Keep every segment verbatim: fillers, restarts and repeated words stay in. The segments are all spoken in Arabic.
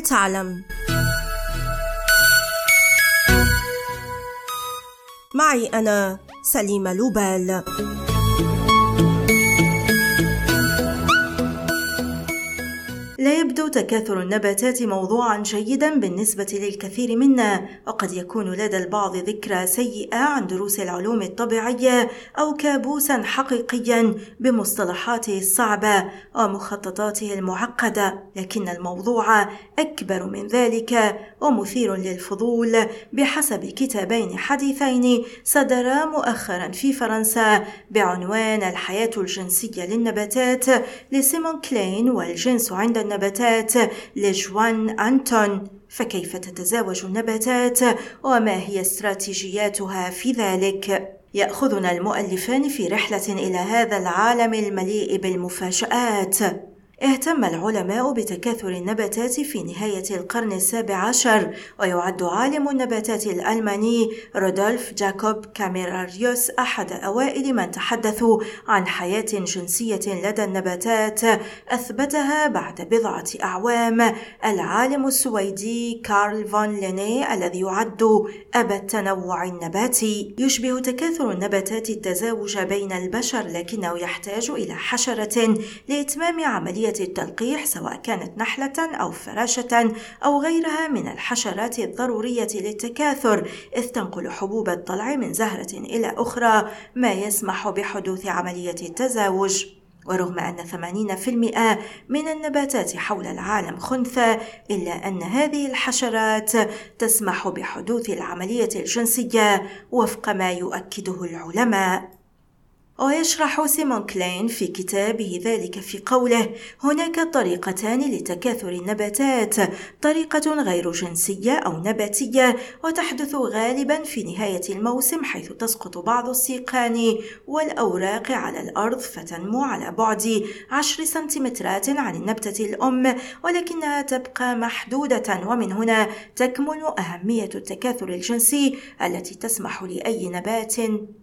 هل تعلم؟ معي أنا سليمة لوبال. لا يبدو تكاثر النباتات موضوعا جيدا بالنسبة للكثير منا، وقد يكون لدى البعض ذكرى سيئة عن دروس العلوم الطبيعية أو كابوسا حقيقيا بمصطلحاته الصعبة ومخططاته المعقدة، لكن الموضوع أكبر من ذلك ومثير للفضول بحسب كتابين حديثين صدرا مؤخرا في فرنسا بعنوان الحياة الجنسية للنباتات لسيمون كلين والجنس عند النباتات لجوان أنتون. فكيف تتزاوج النباتات وما هي استراتيجياتها في ذلك؟ يأخذنا المؤلفان في رحلة إلى هذا العالم المليء بالمفاجآت. اهتم العلماء بتكاثر النباتات في نهاية القرن السابع عشر، ويعد عالم النباتات الألماني رودولف جاكوب كاميراريوس أحد أوائل من تحدثوا عن حياة جنسية لدى النباتات أثبتها بعد بضعة أعوام العالم السويدي كارل فون لينيه الذي يعد أبا التنوع النباتي. يشبه تكاثر النباتات التزاوج بين البشر، لكنه يحتاج إلى حشرة لإتمام عملية التلقيح، سواء كانت نحلة أو فراشة أو غيرها من الحشرات الضرورية للتكاثر، إذ تنقل حبوب الطلع من زهرة إلى أخرى، ما يسمح بحدوث عملية التزاوج. ورغم أن ثمانين بالمئة من النباتات حول العالم خنثى، إلا أن هذه الحشرات تسمح بحدوث العملية الجنسية وفق ما يؤكده العلماء. ويشرح سيمون كلين في كتابه ذلك في قوله: هناك طريقتان لتكاثر النباتات، طريقة غير جنسية أو نباتية، وتحدث غالبا في نهاية الموسم، حيث تسقط بعض السيقان والأوراق على الأرض فتنمو على بعد عشر سنتيمترات عن النبتة الأم، ولكنها تبقى محدودة. ومن هنا تكمن أهمية التكاثر الجنسي التي تسمح لأي نبات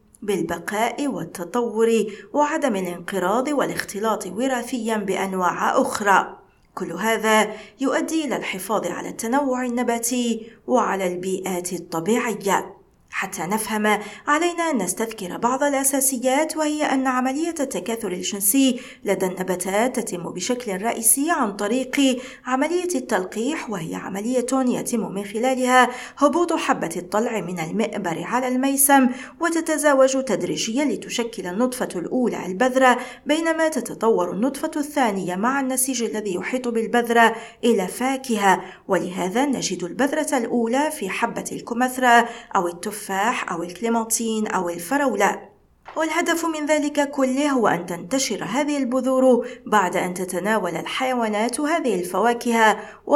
بالبقاء والتطور وعدم الانقراض والاختلاط وراثيا بأنواع أخرى. كل هذا يؤدي إلى الحفاظ على التنوع النباتي وعلى البيئات الطبيعية. حتى نفهم علينا أن نستذكر بعض الأساسيات، وهي أن عملية التكاثر الجنسي لدى النباتات تتم بشكل رئيسي عن طريق عملية التلقيح، وهي عملية يتم من خلالها هبوط حبة الطلع من المئبر على الميسم، وتتزاوج تدريجيا لتشكل النطفة الأولى البذرة، بينما تتطور النطفة الثانية مع النسيج الذي يحيط بالبذرة إلى فاكهة. ولهذا نجد البذرة الأولى في حبة الكمثرى أو التفاح أو الكليمنتين أو الفراولة. والهدف من ذلك كله هو أن تنتشر هذه البذور بعد أن تتناول الحيوانات هذه الفواكه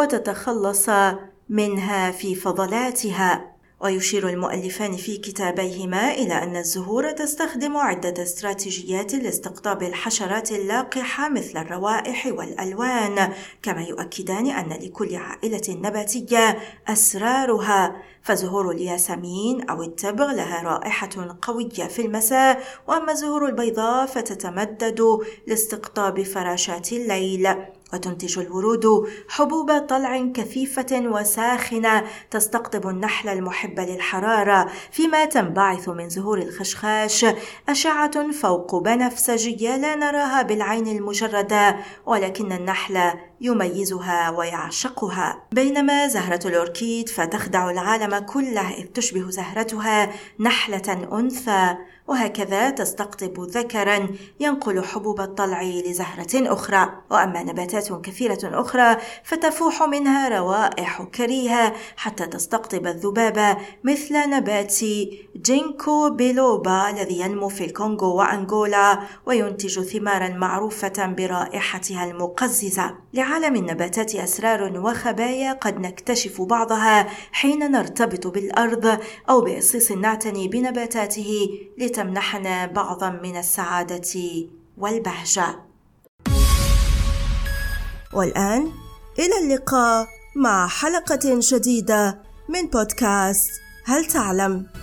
وتتخلص منها في فضلاتها. ويشير المؤلفان في كتابيهما إلى أن الزهور تستخدم عدة استراتيجيات لاستقطاب الحشرات اللقاحة مثل الروائح والألوان، كما يؤكدان أن لكل عائلة نباتية أسرارها، فزهور الياسمين أو التبغ لها رائحة قوية في المساء، وأما زهور البيضاء فتتمدد لاستقطاب فراشات الليل. وتنتج الورود حبوب طلع كثيفة وساخنة تستقطب النحل المحب للحرارة، فيما تنبعث من زهور الخشخاش أشعة فوق بنفسجية لا نراها بالعين المجردة، ولكن النحل يميزها ويعشقها. بينما زهرة الأوركيد فتخدع العالم كله، إذ تشبه زهرتها نحلة أنثى، وهكذا تستقطب ذكرا ينقل حبوب الطلع لزهرة أخرى. وأما نباتات كثيرة أخرى فتفوح منها روائح كريهة حتى تستقطب الذبابة، مثل نبات جينكو بيلوبا الذي ينمو في الكونغو وأنغولا وينتج ثمارا معروفة برائحتها المقززة. لعالم النباتات أسرار وخبايا قد نكتشف بعضها حين نرتبط بالأرض أو بإصيص نعتني بنباتاته لتمنحنا بعضا من السعادة والبهجة. والآن إلى اللقاء مع حلقة جديدة من بودكاست هل تعلم؟